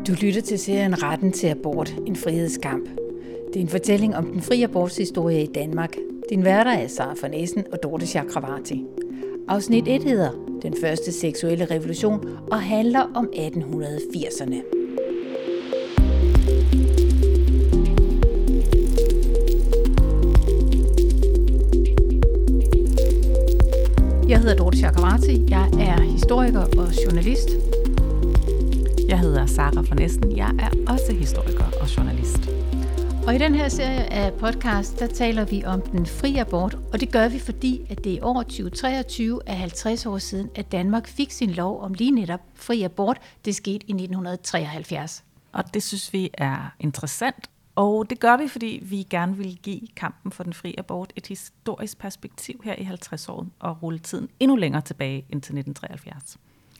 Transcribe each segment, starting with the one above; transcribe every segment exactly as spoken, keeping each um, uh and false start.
Du lytter til serien Retten til abort, en frihedskamp. Det er en fortælling om den frie abortshistorie i Danmark. Din værter er Sara von Essen og Dorte Chakravarty. Afsnit et hedder Den første seksuelle revolution og handler om atten firserne. Jeg hedder Dorte Chakravarty. Jeg er historiker og journalist. Jeg hedder Sara von Essen. Jeg er også historiker og journalist. Og i den her serie af podcast, der taler vi om den frie abort, og det gør vi, fordi at det i år tyve treogtyve er halvtreds år siden, at Danmark fik sin lov om lige netop fri abort. Det skete i nitten treoghalvfjerds. Og det synes vi er interessant, og det gør vi, fordi vi gerne vil give kampen for den frie abort et historisk perspektiv her i halvtreds år og rulle tiden endnu længere tilbage end til nitten treoghalvfjerds.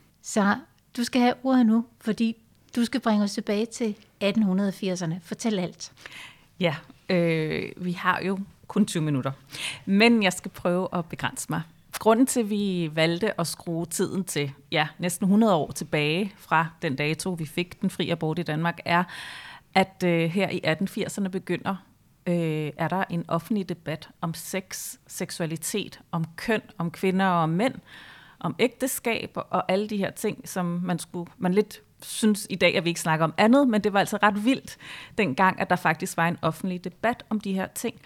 Så du skal have ordet nu, fordi du skal bringe os tilbage til atten firserne. Fortæl alt. Ja, øh, vi har jo kun tyve minutter, men jeg skal prøve at begrænse mig. Grunden til, at vi valgte at skrue tiden til ja, næsten hundrede år tilbage fra den dato, vi fik den frie abort i Danmark, er, at øh, her i atten firserne begynder, øh, er der en offentlig debat om sex, seksualitet, om køn, om kvinder og om mænd, om ægteskab og alle de her ting, som man skulle, man lidt synes i dag, at vi ikke snakker om andet, men det var altså ret vildt dengang, at der faktisk var en offentlig debat om de her ting.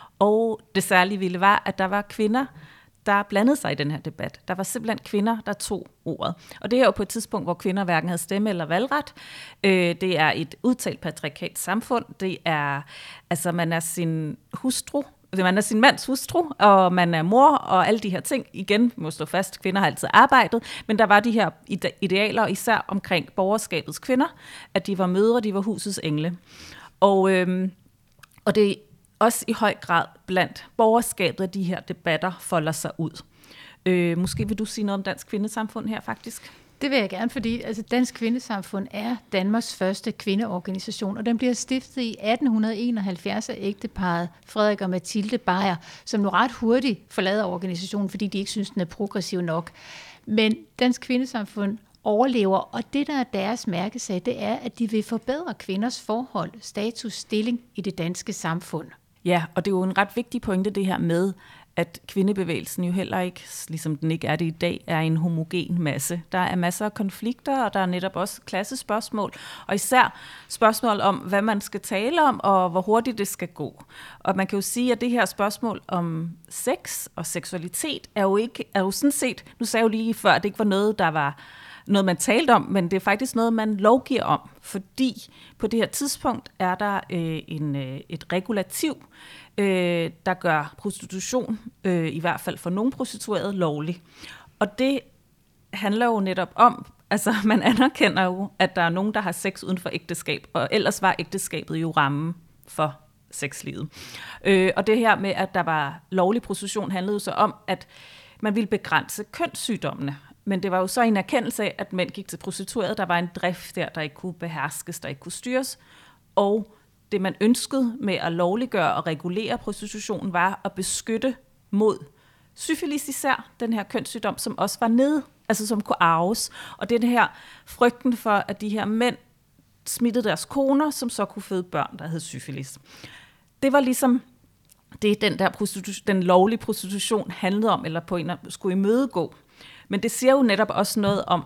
Og det særlige vilde var, at der var kvinder, der blandede sig i den her debat. Der var simpelthen kvinder, der tog ordet. Og det er jo på et tidspunkt, hvor kvinder hverken havde stemme eller valgret. Øh, det er et udtalt patriarkalt samfund. Det er, altså man er sin hustru, man er sin mands hustru, og man er mor, og alle de her ting. Igen, må stå fast, kvinder har altid arbejdet, men der var de her idealer, især omkring borgerskabets kvinder, at de var mødre, de var husets engle. Og, øhm, og det er også i høj grad blandt borgerskabet, at de her debatter folder sig ud. Øh, måske vil du sige noget om Dansk Kvindesamfund her, faktisk? Det vil jeg gerne, fordi altså, Dansk Kvindesamfund er Danmarks første kvindeorganisation, og den bliver stiftet i atten enoghalvfjerds af ægteparret Frederik og Mathilde Beyer, som nu ret hurtigt forlader organisationen, fordi de ikke synes, den er progressiv nok. Men Dansk Kvindesamfund overlever, og det, der er deres mærkesag, det er, at de vil forbedre kvinders forhold, status, stilling i det danske samfund. Ja, og det er jo en ret vigtig pointe, det her med, at kvindebevægelsen jo heller ikke, ligesom den ikke er det i dag, er en homogen masse. Der er masser af konflikter, og der er netop også klassespørgsmål, og især spørgsmål om, hvad man skal tale om, og hvor hurtigt det skal gå. Og man kan jo sige, at det her spørgsmål om sex og seksualitet er jo, ikke, er jo sådan set, nu sagde jeg jo lige før, at det ikke var noget, der var noget, man talte om, men det er faktisk noget, man lovgiver om, fordi på det her tidspunkt er der øh, en, øh, et regulativ, øh, der gør prostitution, øh, i hvert fald for nogle prostituerede, lovlig. Og det handler jo netop om, altså man anerkender jo, at der er nogen, der har sex uden for ægteskab, og ellers var ægteskabet jo rammen for sexlivet. Øh, og det her med, at der var lovlig prostitution, handlede jo så om, at man ville begrænse kønssygdommene. Men det var jo så en erkendelse af, at mænd gik til prostituerede. Der var en drift der, der ikke kunne beherskes, der ikke kunne styres. Og det, man ønskede med at lovliggøre og regulere prostitution, var at beskytte mod syfilis især, den her kønssygdom, som også var nede, altså som kunne arves. Og det er det her frygten for, at de her mænd smittede deres koner, som så kunne føde børn, der hed syfilis. Det var ligesom det, den der prostitu- den lovlige prostitution handlede om, eller på en skulle imødegå. Men det siger jo netop også noget om,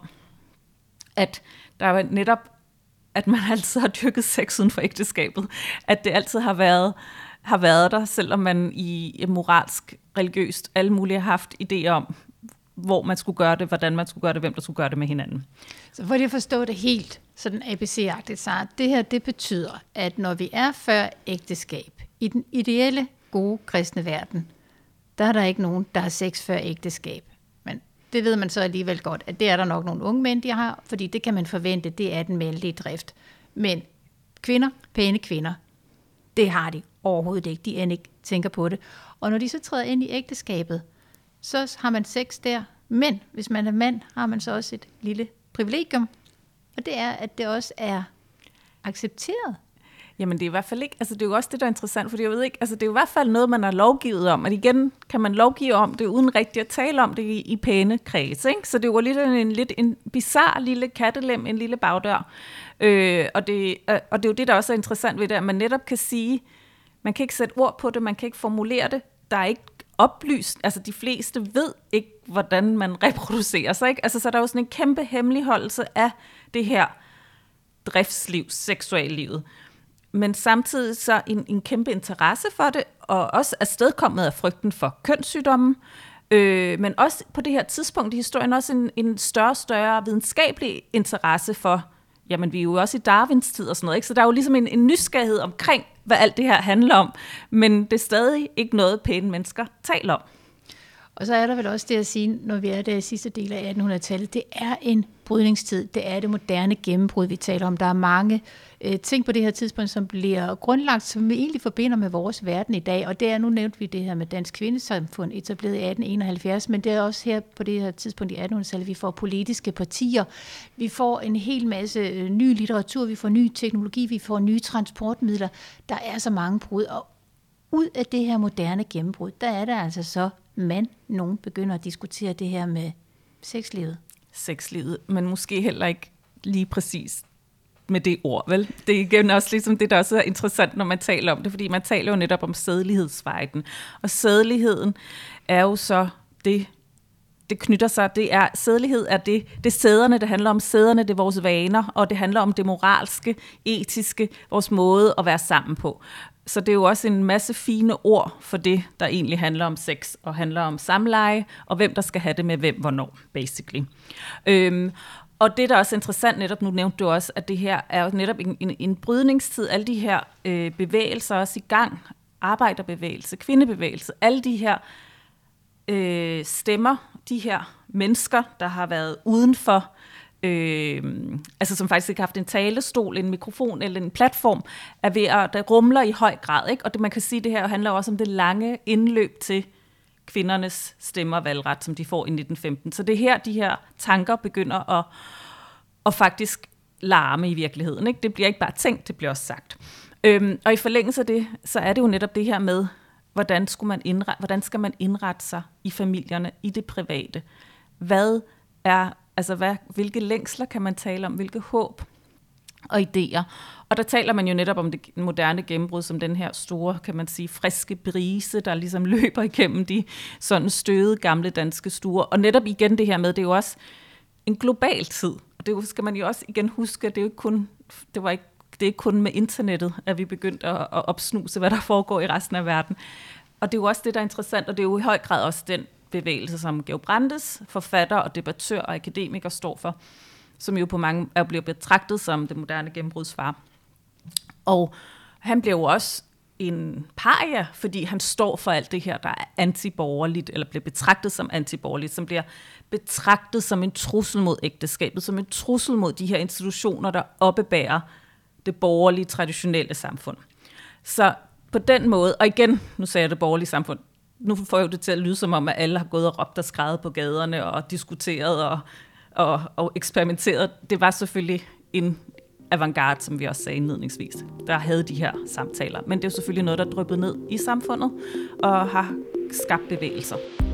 at der er netop, at man altid har dyrket sex uden for ægteskabet. At det altid har været, har været der, selvom man i moralsk, religiøst, alle mulige har haft idéer om, hvor man skulle gøre det, hvordan man skulle gøre det, hvem der skulle gøre det med hinanden. Så for at forstå det helt sådan A B C-agtigt, så det her, det betyder, at når vi er før ægteskab, i den ideelle, gode kristne verden, der er der ikke nogen, der har sex før ægteskab. Det ved man så alligevel godt, at det er der nok nogle unge mænd, de har, fordi det kan man forvente, det er den meldte drift. Men kvinder, pæne kvinder, det har de overhovedet ikke. De end ikke tænker på det. Og når de så træder ind i ægteskabet, så har man sex der. Men hvis man er mand, har man så også et lille privilegium. Og det er, at det også er accepteret. Jamen det er i hvert fald ikke, altså det er jo også det, der er interessant, fordi jeg ved ikke, altså det er jo i hvert fald noget, man har lovgivet om, og igen kan man lovgive om det, uden rigtig at tale om det i, i pæne kreds, ikke? Så det var lidt en, en, lidt en bizarre lille kattelem, en lille bagdør, øh, og, det, og det er jo det, der også er interessant ved det, at man netop kan sige, man kan ikke sætte ord på det, man kan ikke formulere det, der er ikke oplyst, altså de fleste ved ikke, hvordan man reproducerer sig, ikke? Altså så er der jo sådan en kæmpe hemmeligholdelse af det her driftsliv, seksuallivet. Men samtidig så en, en kæmpe interesse for det, og også afstedkommet af frygten for kønssygdommen, øh, men også på det her tidspunkt i historien også en, en større, større videnskabelig interesse for, jamen vi er jo også i Darwins tid og sådan noget, ikke? Så der er jo ligesom en, en nysgerrighed omkring, hvad alt det her handler om, men det er stadig ikke noget, pæne mennesker taler om. Og så er der vel også det at sige, når vi er der i sidste del af attenhundredetallet, det er en brydningstid, det er det moderne gennembrud, vi taler om. Der er mange øh, ting på det her tidspunkt, som bliver grundlagt, som vi egentlig forbinder med vores verden i dag, og det er, nu nævnte vi det her med Dansk Kvindesamfund, etableret i atten enoghalvfjerds, men det er også her på det her tidspunkt i attenhundredetallet, vi får politiske partier, vi får en hel masse øh, ny litteratur, vi får ny teknologi, vi får nye transportmidler, der er så mange brud, og ud af det her moderne gennembrud, der er der altså så, man, nogen begynder at diskutere det her med sexlivet. Sexlivet, men måske heller ikke lige præcis med det ord, vel? Det er igen også ligesom det, der også er interessant, når man taler om det, fordi man taler jo netop om sædelighedsfejden. Og sædeligheden er jo så det, det knytter sig, det er, sædelighed er det, det er sæderne, det handler om sæderne, det er vores vaner, og det handler om det moralske, etiske, vores måde at være sammen på. Så det er jo også en masse fine ord for det, der egentlig handler om sex, og handler om samleje, og hvem der skal have det med hvem, hvornår, basically. Øhm, og det, der er også interessant netop, nu nævnte du også, at det her er jo netop en, en, en brydningstid, alle de her øh, bevægelser også i gang, arbejderbevægelse, kvindebevægelse, alle de her øh, stemmer, de her mennesker, der har været uden for, Øh, altså som faktisk ikke har haft en talestol, en mikrofon eller en platform, er ved at, der rumler i høj grad, ikke? Og det, man kan sige, det her handler også om det lange indløb til kvindernes stemmervalgret, som de får i nitten femten. Så det er her, de her tanker begynder at, at faktisk larme i virkeligheden, ikke? Det bliver ikke bare tænkt, det bliver også sagt. Øhm, og i forlængelse af det, så er det jo netop det her med, hvordan, skulle man indrette, hvordan skal man indrette sig i familierne, i det private? Hvad er Altså, hvad, hvilke længsler kan man tale om? Hvilke håb og idéer? Og der taler man jo netop om det moderne gennembrud, som den her store, kan man sige, friske brise, der ligesom løber igennem de sådan støde gamle danske stuer. Og netop igen det her med, det er jo også en global tid. Og det skal man jo også igen huske, at det er jo ikke kun, det var ikke, det er ikke kun med internettet, at vi begyndte at, at opsnuse, hvad der foregår i resten af verden. Og det er jo også det, der er interessant, og det er jo i høj grad også den bevægelse, som Georg Brandes, forfatter og debattør og akademiker, står for, som jo på mange er blevet betragtet som det moderne gennembrudsfar. Og han blev jo også en paria, fordi han står for alt det her, der er antiborgerligt, eller bliver betragtet som antiborgerligt, som bliver betragtet som en trussel mod ægteskabet, som en trussel mod de her institutioner, der oppebærer det borgerlige, traditionelle samfund. Så på den måde, og igen, nu sagde jeg det borgerlige samfund, nu får jeg det til at lyde som om, at alle har gået og råbt og skreget på gaderne og diskuteret og, og, og eksperimenteret. Det var selvfølgelig en avantgarde, som vi også sagde indledningsvis, der havde de her samtaler. Men det er jo selvfølgelig noget, der er dryppet ned i samfundet og har skabt bevægelser.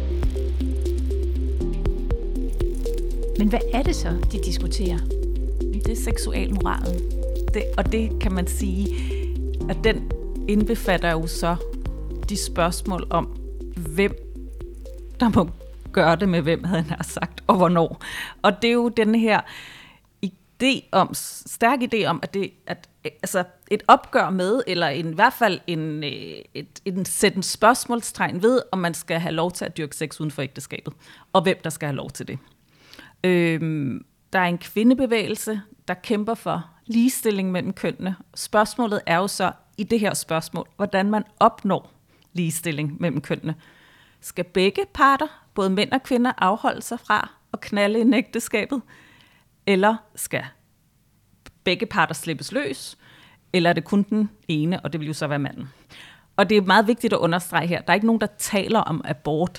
Men hvad er det så, de diskuterer? Det er seksualmoralen. Det, og det kan man sige, at den indbefatter jo så de spørgsmål om, hvem der må gøre det med hvem, havde han sagt, og hvornår. Og det er jo den her idé om, stærk idé om, at det at, altså et opgør med, eller en, i hvert fald en, et, en sætte en spørgsmålstegn ved, om man skal have lov til at dyrke sex uden for ægteskabet, og hvem der skal have lov til det. Øhm, der er en kvindebevægelse, der kæmper for ligestilling mellem kønnene. Spørgsmålet er jo så i det her spørgsmål, hvordan man opnår ligestilling mellem kønnene. Skal begge parter, både mænd og kvinder, afholde sig fra at knalde i ægteskabet? Eller skal begge parter slippes løs? Eller er det kun den ene, og det vil jo så være manden? Og det er meget vigtigt at understrege her, der er ikke nogen, der taler om abort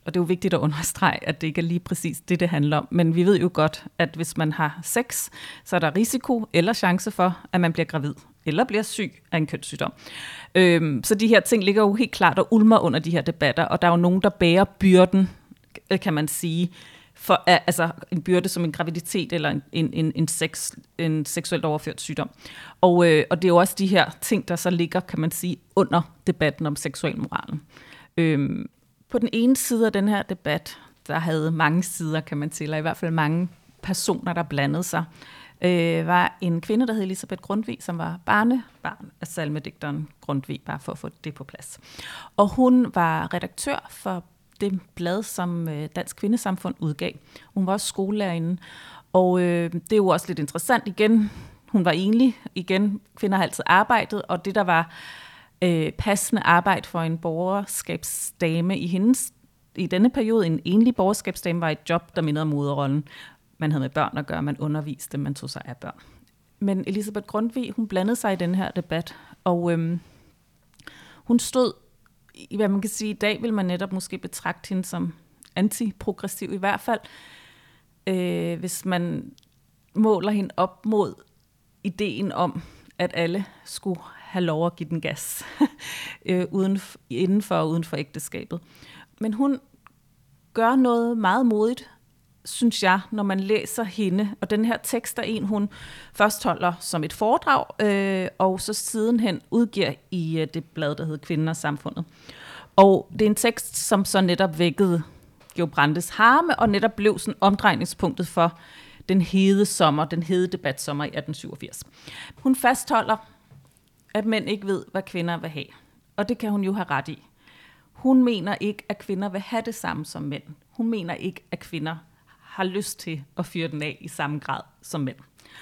og det er jo vigtigt at understrege, at det ikke er lige præcis det, det handler om, men vi ved jo godt, at hvis man har sex, så er der risiko eller chance for, at man bliver gravid eller bliver syg af en kønssygdom. Øhm, så de her ting ligger jo helt klart og ulmer under de her debatter, og der er jo nogen, der bærer byrden, kan man sige, for altså en byrde som en graviditet eller en, en, en, sex, en seksuelt overført sygdom. Og, øh, og det er jo også de her ting, der så ligger, kan man sige, under debatten om seksualmoralen. Øhm, på den ene side af den her debat, der havde mange sider, kan man sige, eller i hvert fald mange personer, der blandede sig, øh, var en kvinde, der hed Elisabeth Grundtvig, som var barnebarn af salmedigteren Grundtvig, bare for at få det på plads. Og hun var redaktør for det blad, som Dansk Kvindesamfund udgav. Hun var også skolelærerinde, og øh, det er jo også lidt interessant igen. Hun var enlig, igen, kvinder har altid arbejdet, og det der var øh, passende arbejde for en borgerskabsdame i hendes, i denne periode, en enlig borgerskabsdame, var et job, der mindede om moderrollen. Man havde med børn at gøre, man underviste, man tog sig af børn. Men Elisabeth Grundtvig, hun blandede sig i den her debat, og øh, hun stod, i hvad man kan sige, i dag vil man netop måske betragte hende som antiprogressiv, i hvert fald, øh, hvis man måler hende op mod ideen om, at alle skulle have lov at give den gas, øh, uden, inden for og uden for ægteskabet. Men hun gør noget meget modigt, synes jeg, når man læser hende. Og den her tekst er en, hun først holder som et foredrag, øh, og så sidenhen udgiver i øh, det blad, der hedder Kvinden og Samfundet. Og det er en tekst, som så netop vækkede Georg Brandes harme, og netop blev sådan omdrejningspunktet for den hede sommer, den hede debatsommer i atten syvogfirs. Hun fastholder, at mænd ikke ved, hvad kvinder vil have. Og det kan hun jo have ret i. Hun mener ikke, at kvinder vil have det samme som mænd. Hun mener ikke, at kvinder har lyst til at fyre den af i samme grad som mænd.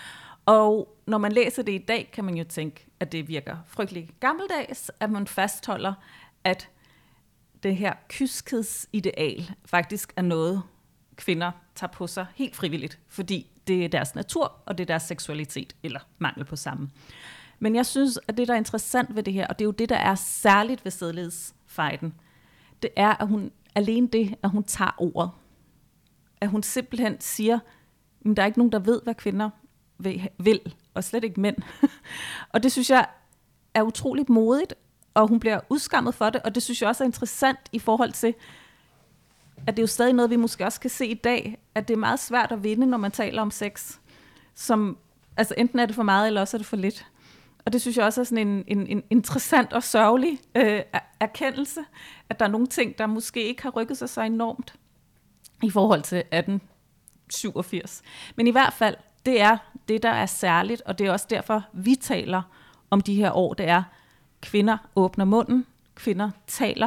Og når man læser det i dag, kan man jo tænke, at det virker frygtelig gammeldags, at man fastholder, at det her kyskhedsideal faktisk er noget, kvinder tager på sig helt frivilligt, fordi det er deres natur, og det er deres seksualitet, eller mangel på samme. Men jeg synes, at det, der er interessant ved det her, og det er jo det, der er særligt ved sædelighedsfejden, det er, at hun alene det, at hun tager ordet. At hun simpelthen siger, at der er ikke nogen, der ved, hvad kvinder vil, og slet ikke mænd. Og det synes jeg er utroligt modigt, og hun bliver udskammet for det, og det synes jeg også er interessant i forhold til, at det er jo stadig noget, vi måske også kan se i dag, at det er meget svært at vinde, når man taler om sex. Som, altså enten er det for meget, eller også er det for lidt. Og det synes jeg også er sådan en, en, en interessant og sørgelig øh, erkendelse, at der er nogle ting, der måske ikke har rykket sig så enormt i forhold til atten syvogfirs. Men i hvert fald, det er det, der er særligt, og det er også derfor, vi taler om de her år. Det er, kvinder åbner munden, kvinder taler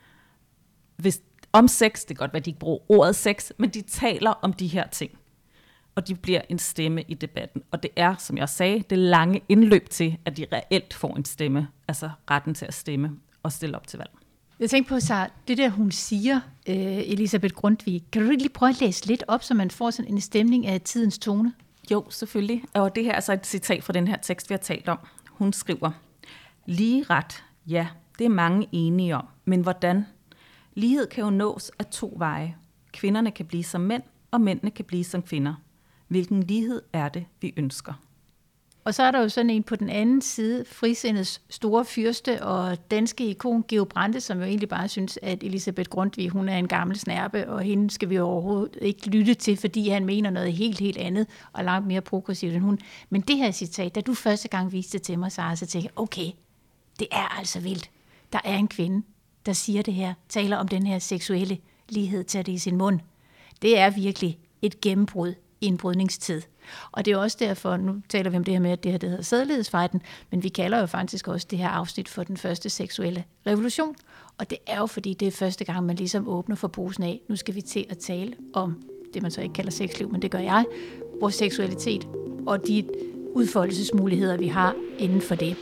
hvis, om sex. Det kan godt være, de ikke bruger ordet sex, men de taler om de her ting. Og de bliver en stemme i debatten. Og det er, som jeg sagde, det lange indløb til, at de reelt får en stemme, altså retten til at stemme og stille op til valg. Jeg tænker på, så det der, hun siger, øh, Elisabeth Grundtvig, kan du ikke lige prøve at læse lidt op, så man får sådan en stemning af tidens tone? Jo, selvfølgelig. Og det her er så et citat fra den her tekst, vi har talt om. Hun skriver, lige ret, ja, det er mange enige om. Men hvordan? Lighed kan jo nås af to veje. Kvinderne kan blive som mænd, og mændene kan blive som kvinder. Hvilken lighed er det, vi ønsker? Og så er der jo sådan en på den anden side, frisindets store fyrste og danske ikon Georg Brandes, som jo egentlig bare synes, at Elisabeth Grundtvig, hun er en gammel snærpe, og hende skal vi overhovedet ikke lytte til, fordi han mener noget helt, helt andet, og langt mere progressivt end hun. Men det her citat, da du første gang viste det til mig, Sara, så tænkte jeg, okay, det er altså vildt. Der er en kvinde, der siger det her, taler om den her seksuelle lighed, tager det i sin mund. Det er virkelig et gennembrud i en brydningstid. Og det er også derfor, nu taler vi om det her med, at det her det hedder sædelighedsfejden, men vi kalder jo faktisk også det her afsnit for den første seksuelle revolution. Og det er jo fordi, det er første gang, man ligesom åbner for posen af, nu skal vi til at tale om det, man så ikke kalder sexliv, men det gør jeg, vores seksualitet og de udfoldelsesmuligheder, vi har inden for det.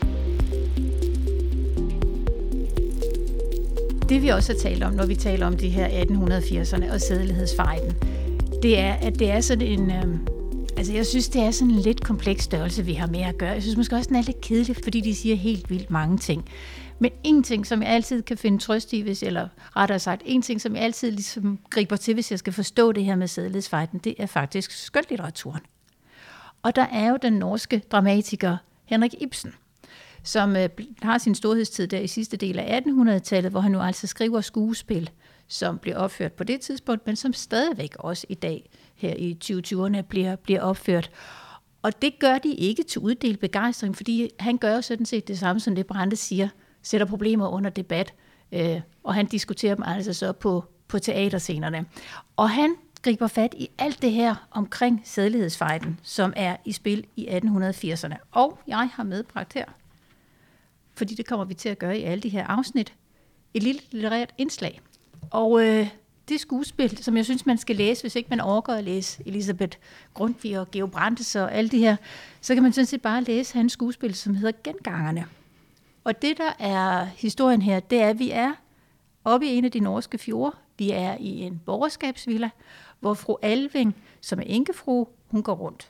Det vi også har talt om, når vi taler om de her atten firserne og sædelighedsfejden, det er, at det er sådan en... Øh, Altså, jeg synes, det er sådan en lidt kompleks størrelse, vi har med at gøre. Jeg synes måske også, den er lidt kedelig, fordi de siger helt vildt mange ting. Men en ting, som jeg altid kan finde trøst i, hvis, eller rettere sagt, en ting, som jeg altid ligesom griber til, hvis jeg skal forstå det her med sædelighedsfejden, det er faktisk skønlitteraturen. Og der er jo den norske dramatiker Henrik Ibsen, som øh, har sin storhedstid der i sidste del af attenhundredetallet, hvor han nu altså skriver skuespil, som bliver opført på det tidspunkt, men som stadigvæk også i dag, her i tyve tyverne, bliver, bliver opført. Og det gør de ikke til uddelt begejstring, fordi han gør jo sådan set det samme, som det Brandes siger, sætter problemer under debat, øh, og han diskuterer dem altså så på, på teaterscenerne. Og han griber fat i alt det her omkring sædelighedsfejden, som er i spil i atten firserne. Og jeg har medbragt her, fordi det kommer vi til at gøre i alle de her afsnit, et lille litterært indslag. Og øh, det skuespil, som jeg synes, man skal læse, hvis ikke man overgår at læse Elisabeth Grundtvig og Georg Brandes og alle de her, så kan man sådan set bare læse hans skuespil, som hedder Gengangerne. Og det, der er historien her, det er, at vi er oppe i en af de norske fjorde. Vi er i en borgerskabsvilla, hvor fru Alving, som er enkefru, hun går rundt.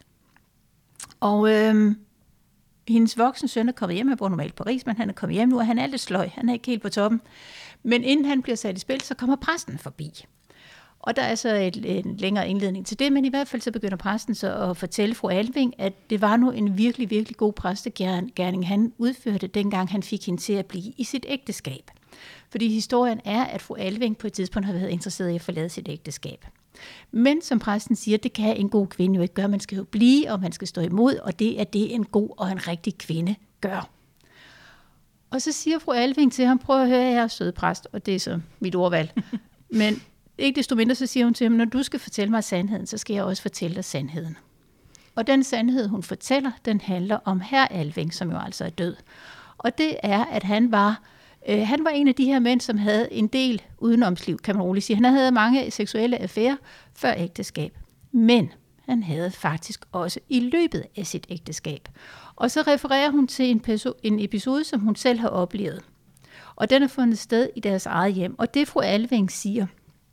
Og øh, hendes voksne søn er kommet hjem, han bor normalt i Paris, men han er kommet hjem nu, og han er lidt sløj, han er ikke helt på toppen. Men inden han bliver sat i spil, så kommer præsten forbi. Og der er så et, en længere indledning til det, men i hvert fald så begynder præsten så at fortælle fru Alving, at det var nu en virkelig, virkelig god præstegerning, han udførte, dengang han fik hende til at blive i sit ægteskab. Fordi historien er, at fru Alving på et tidspunkt har været interesseret i at forlade sit ægteskab. Men som præsten siger, det kan en god kvinde jo ikke gøre. Man skal jo blive, og man skal stå imod, og det er det, en god og en rigtig kvinde gør. Og så siger fru Alving til ham, prøv at høre, jeg er søde præst, og det er så mit ordvalg. Men ikke desto mindre, så siger hun til ham, når du skal fortælle mig sandheden, så skal jeg også fortælle dig sandheden. Og den sandhed, hun fortæller, den handler om herr Alving, som jo altså er død. Og det er, at han var, øh, han var en af de her mænd, som havde en del udenomsliv, kan man roligt sige. Han havde mange seksuelle affærer før ægteskab. Men han havde faktisk også i løbet af sit ægteskab. Og så refererer hun til en, perso- en episode, som hun selv har oplevet. Og den er fundet sted i deres eget hjem. Og det fru Alving siger,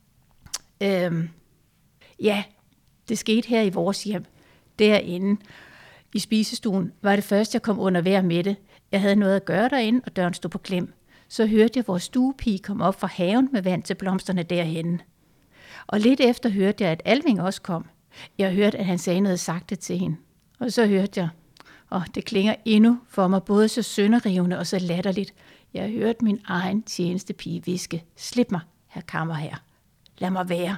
øhm, ja, det skete her i vores hjem, derinde i spisestuen, var det først, jeg kom under vejr med det. Jeg havde noget at gøre derinde, og døren stod på klem. Så hørte jeg vores stuepige komme op fra haven med vand til blomsterne derhenne. Og lidt efter hørte jeg, at Alving også kom. Jeg hørte, at han sagde noget sagte til hende. Og så hørte jeg, og det klinger endnu for mig både så sønderrivende og så latterligt. Jeg hørte min egen tjenestepige viske, slip mig, herr kammerherre. Lad mig være.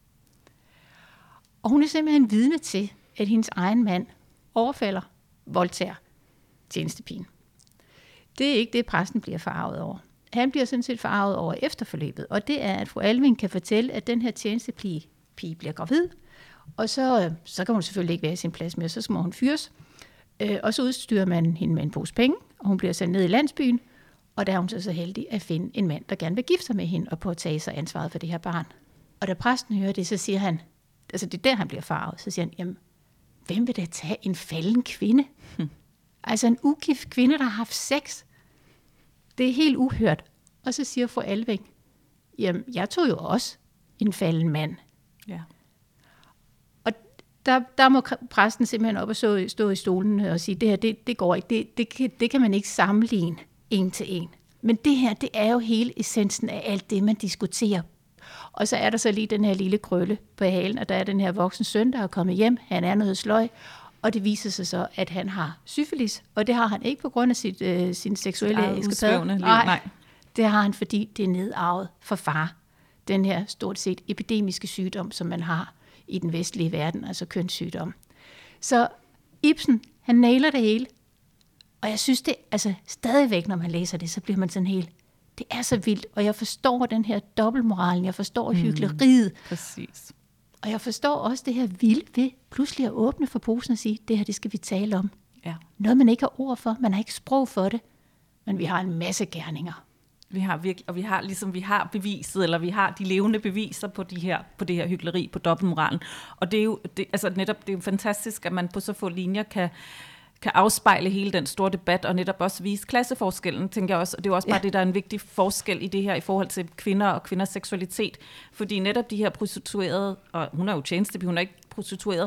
Og hun er simpelthen vidne til, at hendes egen mand overfalder, voldtager tjenestepigen. Det er ikke det, præsten bliver forarvet over. Han bliver sådan set forarvet over efterforløbet, og det er, at fru Alving kan fortælle, at den her tjenestepige pige bliver gravid, og så, så kan hun selvfølgelig ikke være i sin plads mere, så må hun fyres. Og så udstyrer man hende med en pose penge, og hun bliver sendt ned i landsbyen, og der er hun så, så heldig at finde en mand, der gerne vil gifte sig med hende og påtage sig ansvaret for det her barn. Og da præsten hører det, så siger han, altså det er der, han bliver farvet, så siger han, jamen, hvem vil da tage en falden kvinde? Hmm. Altså en ugift kvinde, der har haft sex. Det er helt uhørt. Og så siger fru Alving, jamen, jeg tog jo også en falden mand. Ja. Og der, der må præsten simpelthen op og stå, stå i stolen og sige, det her, det, det går ikke. Det, det, kan, det kan man ikke sammenligne en til en. Men det her, det er jo hele essensen af alt det, man diskuterer. Og så er der så lige den her lille krølle på halen, og der er den her voksen søn, der er kommet hjem. Han er noget sløj, og det viser sig så, at han har syfilis, og det har han ikke på grund af sit, øh, sin seksuelle eskapader. Nej, Nej, det har han, fordi det er nedarvet fra far. Den her stort set epidemiske sygdom, som man har i den vestlige verden, altså kønssygdom. Så Ibsen, han nailer det hele. Og jeg synes det, altså stadigvæk, når man læser det, så bliver man sådan helt, det er så vildt, og jeg forstår den her dobbeltmoralen, jeg forstår mm, hykleriet. Præcis. Og jeg forstår også det her vilde ved pludselig at åbne for posen og sige, det her, det skal vi tale om. Ja. Noget, man ikke har ord for, man har ikke sprog for det, men vi har en masse gerninger. Vi har virkelig, og vi har ligesom vi har beviset, eller vi har de levende beviser på de her på det her hykleri, på dobbeltmoralen. Og det er jo det, altså netop det er jo fantastisk, at man på så få linjer kan kan afspejle hele den store debat, og netop også vise klasseforskellen, tænker jeg også. Og det er jo også bare ja. det, der er en vigtig forskel i det her, i forhold til kvinder og kvinders seksualitet. Fordi netop de her prostituerede, og hun er jo tjenestepige, hun er ikke prostitueret,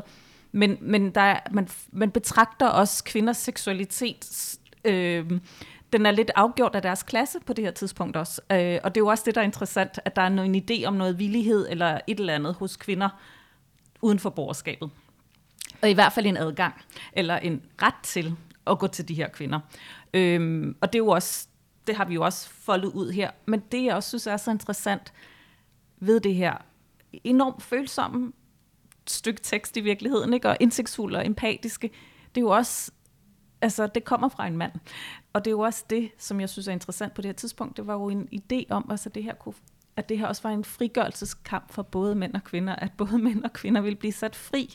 Men, men der er, man, man betragter også kvinders seksualitet, øh, den er lidt afgjort af deres klasse på det her tidspunkt også. Øh, og det er jo også det, der er interessant, at der er en idé om noget villighed eller et eller andet hos kvinder uden for borgerskabet. Og i hvert fald en adgang, eller en ret til at gå til de her kvinder. Øh, og det er jo også, det har vi jo også foldet ud her. Men det, jeg også synes er så interessant ved det her enormt følsomme stykke tekst i virkeligheden, ikke? Og indsigtsfulde og empatiske, det er jo også, altså det kommer fra en mand. Og det er jo også det, som jeg synes er interessant på det her tidspunkt. Det var jo en idé om, altså det her kunne, at det her også var en frigørelseskamp for både mænd og kvinder, at både mænd og kvinder ville blive sat fri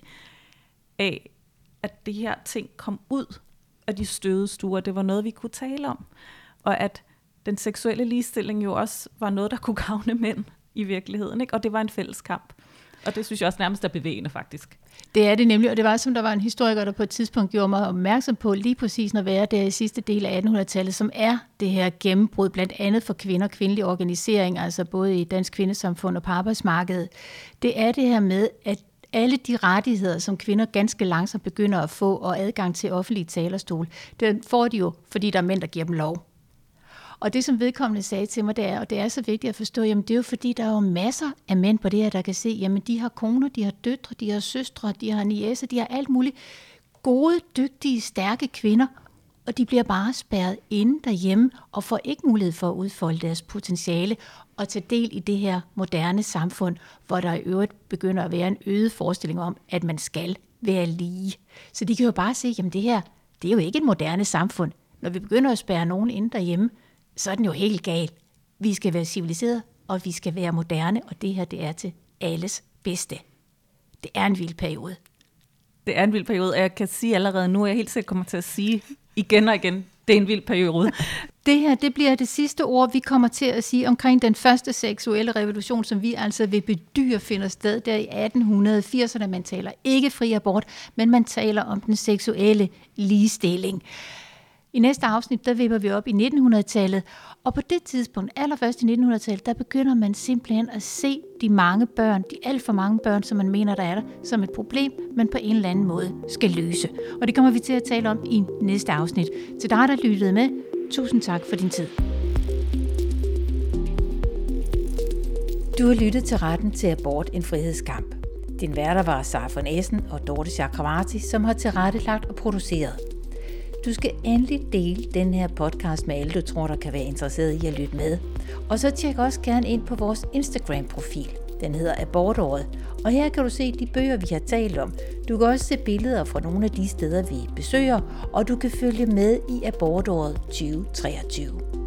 af, at det her ting kom ud af de støvede stuer. Det var noget, vi kunne tale om. Og at den seksuelle ligestilling jo også var noget, der kunne gavne mænd i virkeligheden, ikke? Og det var en fælles kamp. Og det synes jeg også nærmest er bevægende, faktisk. Det er det nemlig, og det var som der var en historiker, der på et tidspunkt gjorde mig opmærksom på, lige præcis når vi er der i sidste del af attenhundredetallet, som er det her gennembrud, blandt andet for kvinder og kvindelig organisering, altså både i Dansk Kvindesamfund og på arbejdsmarkedet. Det er det her med, at alle de rettigheder, som kvinder ganske langsomt begynder at få, og adgang til offentlige talerstol, det får de jo, fordi der er mænd, der giver dem lov. Og det, som vedkommende sagde til mig, det er, og det er så vigtigt at forstå, jamen det er jo fordi, der er jo masser af mænd på det her, der kan se, jamen de har koner, de har døtre, de har søstre, de har niecer, de har alt muligt gode, dygtige, stærke kvinder, og de bliver bare spærret inde derhjemme og får ikke mulighed for at udfolde deres potentiale og tage del i det her moderne samfund, hvor der i øvrigt begynder at være en øget forestilling om, at man skal være lige. Så de kan jo bare se, jamen det her, det er jo ikke et moderne samfund. Når vi begynder at spærre nogen inde derhjemme, så er den jo helt gal. Vi skal være civiliserede, og vi skal være moderne, og det her, det er til alles bedste. Det er en vild periode. Det er en vild periode, og jeg kan sige allerede nu, at jeg helt sikkert kommer til at sige igen og igen, det er en vild periode. Det her, det bliver det sidste ord, vi kommer til at sige omkring den første seksuelle revolution, som vi altså vil bedyre finder sted der i atten firserne. Man taler ikke fri abort, men man taler om den seksuelle ligestilling. I næste afsnit, der vipper vi op i nittenhundredetallet, og på det tidspunkt, allerførst i nittenhundredetallet, der begynder man simpelthen at se de mange børn, de alt for mange børn, som man mener, der er der, som et problem, man på en eller anden måde skal løse. Og det kommer vi til at tale om i næste afsnit. Til dig, der lyttede med, tusind tak for din tid. Du har lyttet til Retten til Abort, en frihedskamp. Din værter var Sara von Essen og Dorte Chakravarty, som har tilrettelagt og produceret. Du skal endelig dele den her podcast med alle, du tror, der kan være interesseret i at lytte med. Og så tjek også gerne ind på vores Instagram-profil. Den hedder Abortåret. Og her kan du se de bøger, vi har talt om. Du kan også se billeder fra nogle af de steder, vi besøger. Og du kan følge med i Abortåret tyve treogtyve.